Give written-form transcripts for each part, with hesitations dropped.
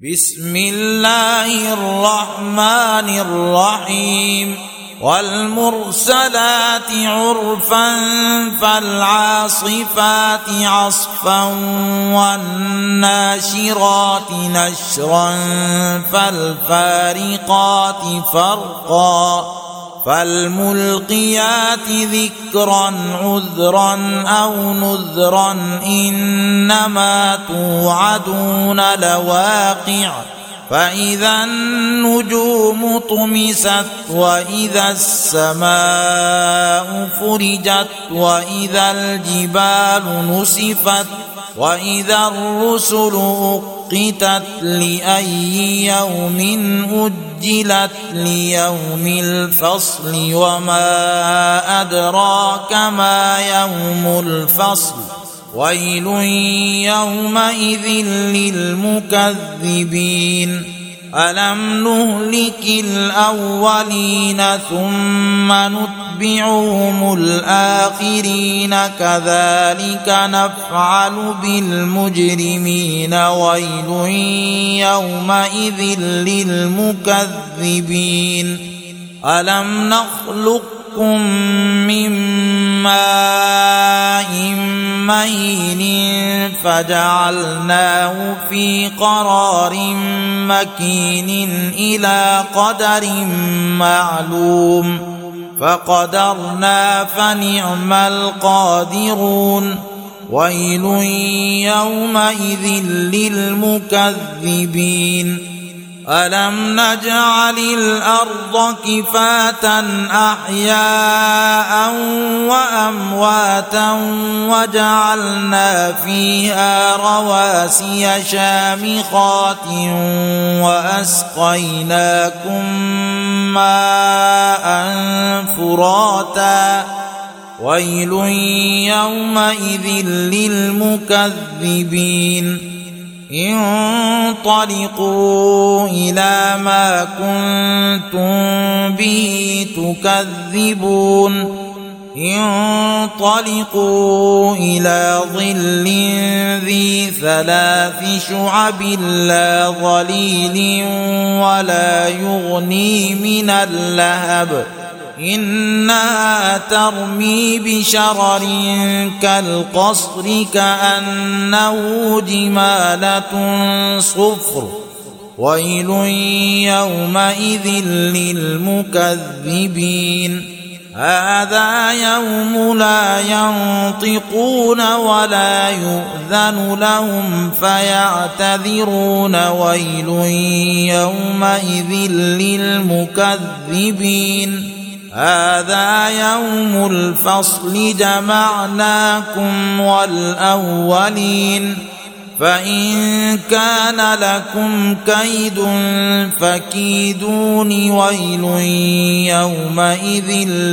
بسم الله الرحمن الرحيم والمرسلات عرفا فالعاصفات عصفا والناشرات نشرا فالفارقات فرقا فالملقيات ذكرا عذرا أو نذرا إنما توعدون لواقع فإذا النجوم طمست وإذا السماء فرجت وإذا الجبال نسفت وإذا الرسل أقتت لأي يوم أجلت ليوم الفصل وما أدراك ما يوم الفصل ويل يومئذ للمكذبين ألم نهلك الأولين ثم نتبعهم الآخرين كذلك نفعل بالمجرمين ويل يومئذ للمكذبين ألم نخلقكم من ماء مهين فجعلناه في قرار مكين إلى قدر معلوم فقدرنا فنعم القادرون ويل يومئذ للمكذبين ألم نجعل الأرض كفاة أحياء وأمواتا وجعلنا فيها رواسي شامخات وأسقيناكم ماء فراتا ويل يومئذ للمكذبين انطلقوا إلى ما كنتم به تكذبون انطلقوا إلى ظل ذي 3 شعب لا ظليل ولا يغني من اللهب إنها ترمي بشرر كالقصر كأنه جمالة صفر ويل يومئذ للمكذبين هذا يوم لا ينطقون ولا يؤذن لهم فيعتذرون ويل يومئذ للمكذبين هذا يوم الفصل جمعناكم والأولين فإن كان لكم كيد فكيدون ويل يومئذ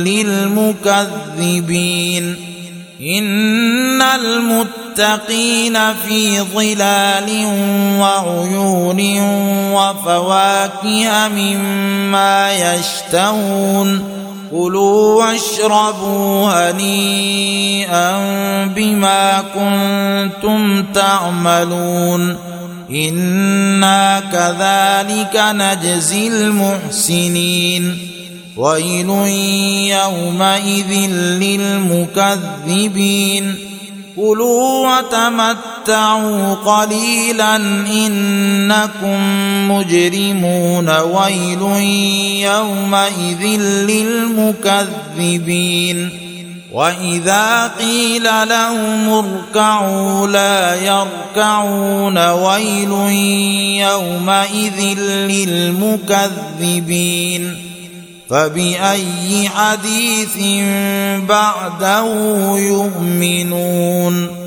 للمكذبين إن المتقين في ظلال وعيون وفواكه مما يشتهون كلوا واشربوا هنيئا بما كنتم تعملون إنا كذلك نجزي المحسنين ويل يومئذ للمكذبين كلوا وتمتعوا قليلا إنكم مجرمون ويل يومئذ للمكذبين وإذا قيل لهم اركعوا لا يركعون ويل يومئذ للمكذبين فبأي حديث بعده يؤمنون